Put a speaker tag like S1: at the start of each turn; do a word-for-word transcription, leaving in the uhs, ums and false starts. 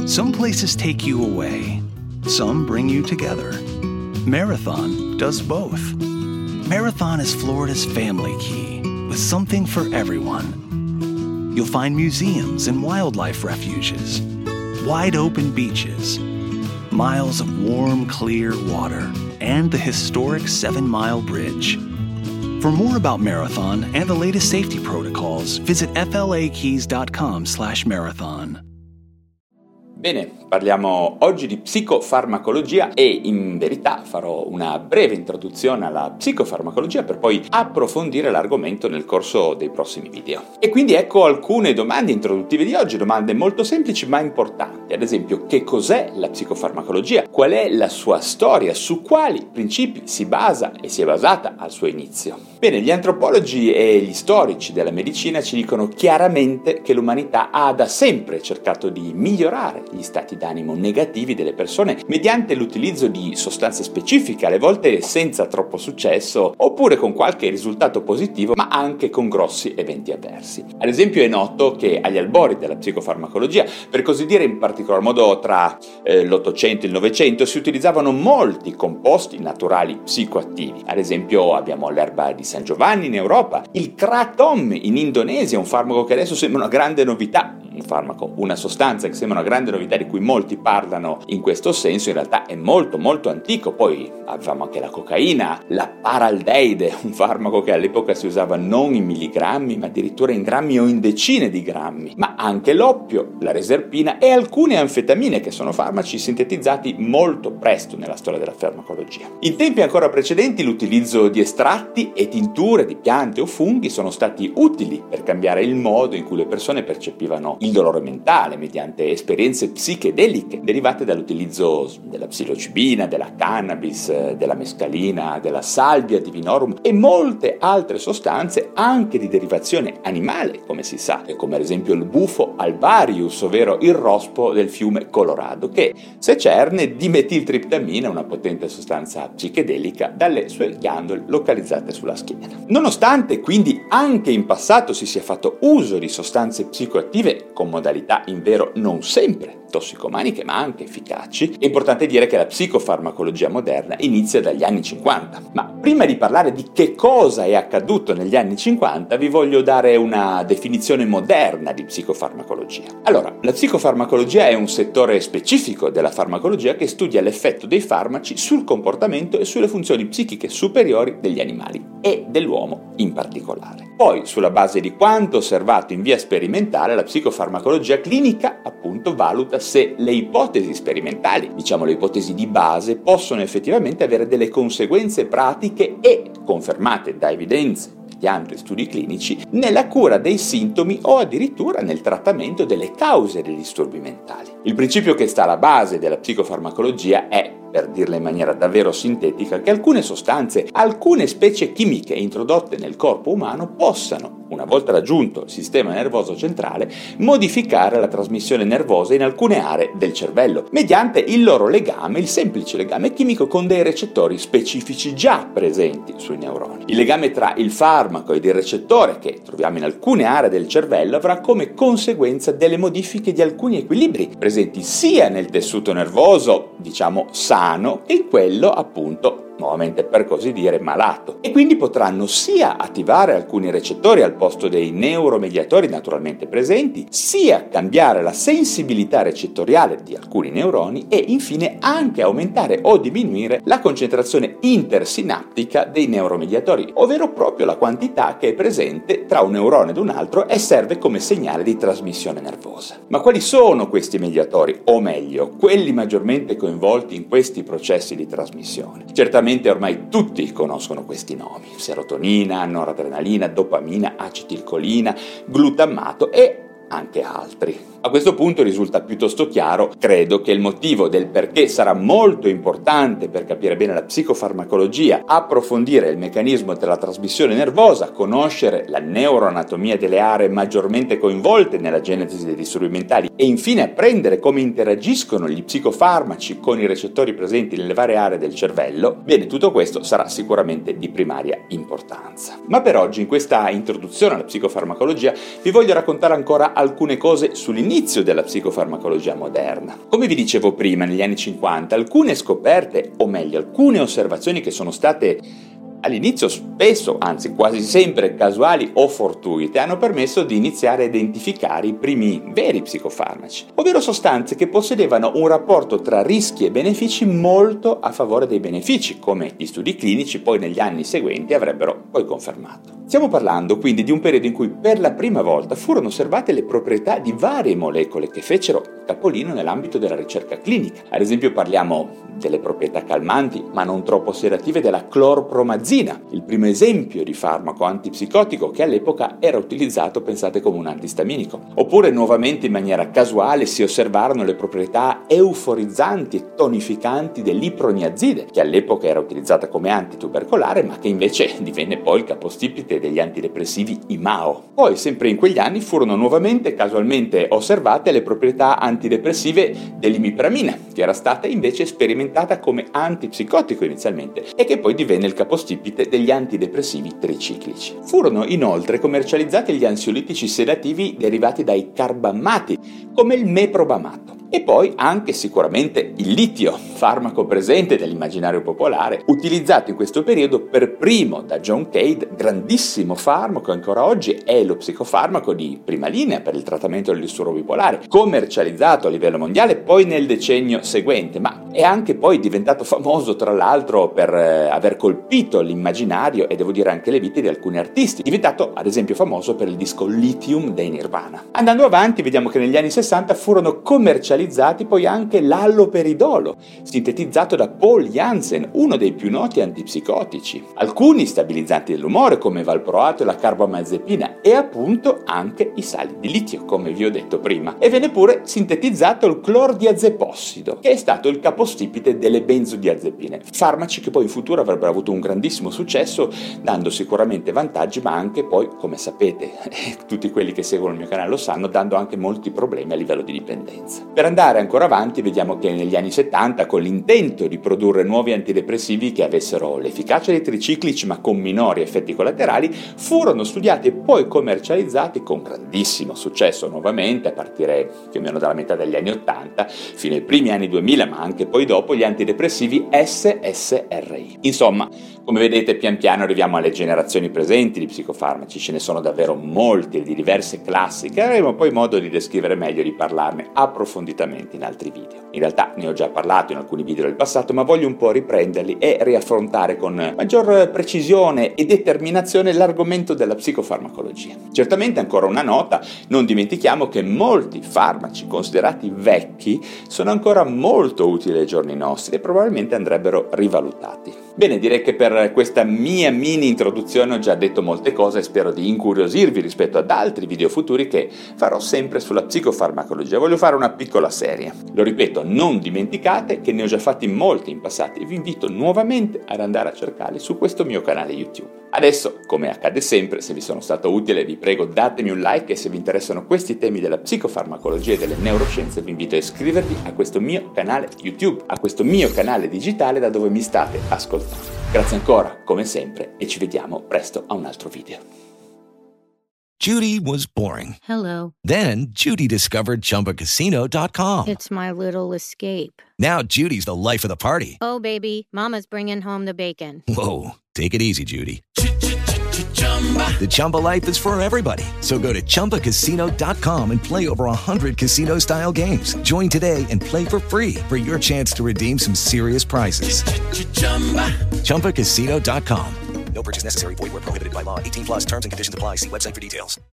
S1: Some places take you away. Some bring you together. Marathon does both. Marathon is Florida's family key, with something for everyone. You'll find museums and wildlife refuges, wide-open beaches, miles of warm, clear water, and the historic seven-mile bridge. For more about Marathon and the latest safety protocols, visit flakeys.com slash marathon.
S2: Bene, parliamo oggi di psicofarmacologia e in verità farò una breve introduzione alla psicofarmacologia per poi approfondire l'argomento nel corso dei prossimi video. E quindi ecco alcune domande introduttive di oggi, domande molto semplici ma importanti. Ad esempio, che cos'è la psicofarmacologia? Qual è la sua storia? Su quali principi si basa e si è basata al suo inizio? Bene, gli antropologi e gli storici della medicina ci dicono chiaramente che l'umanità ha da sempre cercato di migliorare gli stati d'animo negativi delle persone mediante l'utilizzo di sostanze specifiche, alle volte senza troppo successo oppure con qualche risultato positivo, ma anche con grossi eventi avversi. Ad esempio è noto che agli albori della psicofarmacologia, per così dire in particolar modo tra eh, l'Ottocento e il Novecento, si utilizzavano molti composti naturali psicoattivi. Ad esempio abbiamo l'erba di San Giovanni in Europa, il kratom in Indonesia, un farmaco che adesso sembra una grande novità, un farmaco, una sostanza che sembra una grande novità di cui molti parlano in questo senso, in realtà è molto molto antico. Poi avevamo anche la cocaina, la paraldeide, un farmaco che all'epoca si usava non in milligrammi ma addirittura in grammi o in decine di grammi, ma anche l'oppio, la reserpina e alcune anfetamine, che sono farmaci sintetizzati molto presto nella storia della farmacologia. In tempi ancora precedenti l'utilizzo di estratti e tinture di piante o funghi sono stati utili per cambiare il modo in cui le persone percepivano il dolore mentale mediante esperienze psichedeliche derivate dall'utilizzo della psilocibina, della cannabis, della mescalina, della salvia divinorum e molte altre sostanze anche di derivazione animale, come si sa, come ad esempio il bufo alvarius, ovvero il rospo del fiume Colorado, che secerne dimetiltriptamina, una potente sostanza psichedelica, dalle sue ghiandole localizzate sulla schiena. Nonostante quindi anche in passato si sia fatto uso di sostanze psicoattive con modalità invero non sempre tossicomaniche ma anche efficaci, è importante dire che la psicofarmacologia moderna inizia dagli anni cinquanta. Ma prima di parlare di che cosa è accaduto negli anni cinquanta vi voglio dare una definizione moderna di psicofarmacologia. Allora, la psicofarmacologia è un settore specifico della farmacologia che studia l'effetto dei farmaci sul comportamento e sulle funzioni psichiche superiori degli animali e dell'uomo in particolare. Poi, sulla base di quanto osservato in via sperimentale, la psicofarmacologia clinica appunto valuta se le ipotesi sperimentali, diciamo le ipotesi di base, possono effettivamente avere delle conseguenze pratiche e confermate da evidenze mediante studi clinici nella cura dei sintomi o addirittura nel trattamento delle cause dei disturbi mentali. Il principio che sta alla base della psicofarmacologia è, per dirla in maniera davvero sintetica, che alcune sostanze, alcune specie chimiche introdotte nel corpo umano possano, una volta raggiunto il sistema nervoso centrale, modificare la trasmissione nervosa in alcune aree del cervello, mediante il loro legame, il semplice legame chimico con dei recettori specifici già presenti sui neuroni. Il legame tra il farmaco ed il recettore, che troviamo in alcune aree del cervello, avrà come conseguenza delle modifiche di alcuni equilibri presenti sia nel tessuto nervoso, diciamo sano, che in quello appunto nuovamente per così dire malato, e quindi potranno sia attivare alcuni recettori al posto dei neuromediatori naturalmente presenti, sia cambiare la sensibilità recettoriale di alcuni neuroni e infine anche aumentare o diminuire la concentrazione intersinaptica dei neuromediatori, ovvero proprio la quantità che è presente tra un neurone ed un altro e serve come segnale di trasmissione nervosa. Ma quali sono questi mediatori, o meglio, quelli maggiormente coinvolti in questi processi di trasmissione? Certamente ormai tutti conoscono questi nomi: serotonina, noradrenalina, dopamina, acetilcolina, glutammato e anche altri. A questo punto risulta piuttosto chiaro, credo, che il motivo del perché sarà molto importante per capire bene la psicofarmacologia approfondire il meccanismo della trasmissione nervosa, conoscere la neuroanatomia delle aree maggiormente coinvolte nella genesi dei disturbi mentali e infine apprendere come interagiscono gli psicofarmaci con i recettori presenti nelle varie aree del cervello. Bene, tutto questo sarà sicuramente di primaria importanza. Ma per oggi, in questa introduzione alla psicofarmacologia, vi voglio raccontare ancora alcune cose sull'inizio della psicofarmacologia moderna. Come vi dicevo prima, negli anni cinquanta, alcune scoperte, o meglio, alcune osservazioni che sono state all'inizio spesso, anzi quasi sempre casuali o fortuite, hanno permesso di iniziare a identificare i primi veri psicofarmaci, ovvero sostanze che possedevano un rapporto tra rischi e benefici molto a favore dei benefici, come gli studi clinici poi negli anni seguenti avrebbero poi confermato. Stiamo parlando quindi di un periodo in cui per la prima volta furono osservate le proprietà di varie molecole che fecero capolino nell'ambito della ricerca clinica. Ad esempio parliamo delle proprietà calmanti, ma non troppo sedative, della clorpromazina, il primo esempio di farmaco antipsicotico che all'epoca era utilizzato, pensate, come un antistaminico. Oppure nuovamente in maniera casuale si osservarono le proprietà euforizzanti e tonificanti dell'iproniazide, che all'epoca era utilizzata come antitubercolare, ma che invece divenne poi il capostipite degli antidepressivi I M A O. Poi, sempre in quegli anni, furono nuovamente casualmente osservate le proprietà antidepressive dell'imipramina, che era stata invece sperimentata come antipsicotico inizialmente e che poi divenne il capostipite degli antidepressivi triciclici. Furono inoltre commercializzati gli ansiolitici sedativi derivati dai carbammati, come il meprobamato. E poi anche sicuramente il litio, farmaco presente nell'immaginario popolare, utilizzato in questo periodo per primo da John Cade, grandissimo farmaco, ancora oggi è lo psicofarmaco di prima linea per il trattamento del disturbo bipolare, commercializzato a livello mondiale poi nel decennio seguente, ma è anche poi diventato famoso tra l'altro per eh, aver colpito l'immaginario e devo dire anche le vite di alcuni artisti, diventato ad esempio famoso per il disco Lithium dei Nirvana. Andando avanti vediamo che negli anni sessanta furono commercializzati poi anche l'alloperidolo, sintetizzato da Paul Janssen, uno dei più noti antipsicotici, alcuni stabilizzanti dell'umore come valproato e la carbamazepina e appunto anche i sali di litio, come vi ho detto prima, e venne pure sintetizzato il clordiazepossido, che è stato il capostipite delle benzodiazepine, farmaci che poi in futuro avrebbero avuto un grandissimo successo, dando sicuramente vantaggi, ma anche poi, come sapete, tutti quelli che seguono il mio canale lo sanno, dando anche molti problemi a livello di dipendenza. Per andare ancora avanti vediamo che negli anni settanta, con l'intento di produrre nuovi antidepressivi che avessero l'efficacia dei triciclici ma con minori effetti collaterali, furono studiati e poi commercializzati con grandissimo successo nuovamente a partire più o meno dalla metà degli anni ottanta fino ai primi anni duemila, ma anche poi dopo gli antidepressivi S S R I. Insomma, come vedete pian piano arriviamo alle generazioni presenti di psicofarmaci, ce ne sono davvero molti di diverse classi che avremo poi modo di descrivere meglio e di parlarne approfonditamente in altri video. In realtà ne ho già parlato in alcuni video del passato, ma voglio un po' riprenderli e riaffrontare con maggior precisione e determinazione l'argomento della psicofarmacologia. Certamente ancora una nota, non dimentichiamo che molti farmaci considerati vecchi sono ancora molto utili ai giorni nostri e probabilmente andrebbero rivalutati. Bene, direi che per questa mia mini introduzione ho già detto molte cose e spero di incuriosirvi rispetto ad altri video futuri che farò sempre sulla psicofarmacologia. Voglio fare una piccola serie. Lo ripeto, non dimenticate che ne ho già fatti molti in passato e vi invito nuovamente ad andare a cercarli su questo mio canale YouTube. Adesso, come accade sempre, se vi sono stato utile vi prego datemi un like e se vi interessano questi temi della psicofarmacologia e delle neuroscienze vi invito a iscrivervi a questo mio canale YouTube, a questo mio canale digitale da dove mi state ascoltando. Grazie ancora, come sempre, e ci vediamo presto a un altro video.
S3: Judy was boring.
S4: Hello.
S3: Then Judy discovered Chumba Casino dot com.
S4: It's my little escape.
S3: Now Judy's the life of the party.
S4: Oh, baby, mama's bringing home the bacon.
S3: Whoa, take it easy, Judy. The Chumba life is for everybody. So go to Chumba Casino dot com and play over one hundred casino-style games. Join today and play for free for your chance to redeem some serious prizes. Chumba Casino dot com.
S5: No purchase necessary. Void where prohibited by law. eighteen plus terms and conditions apply. See website for details.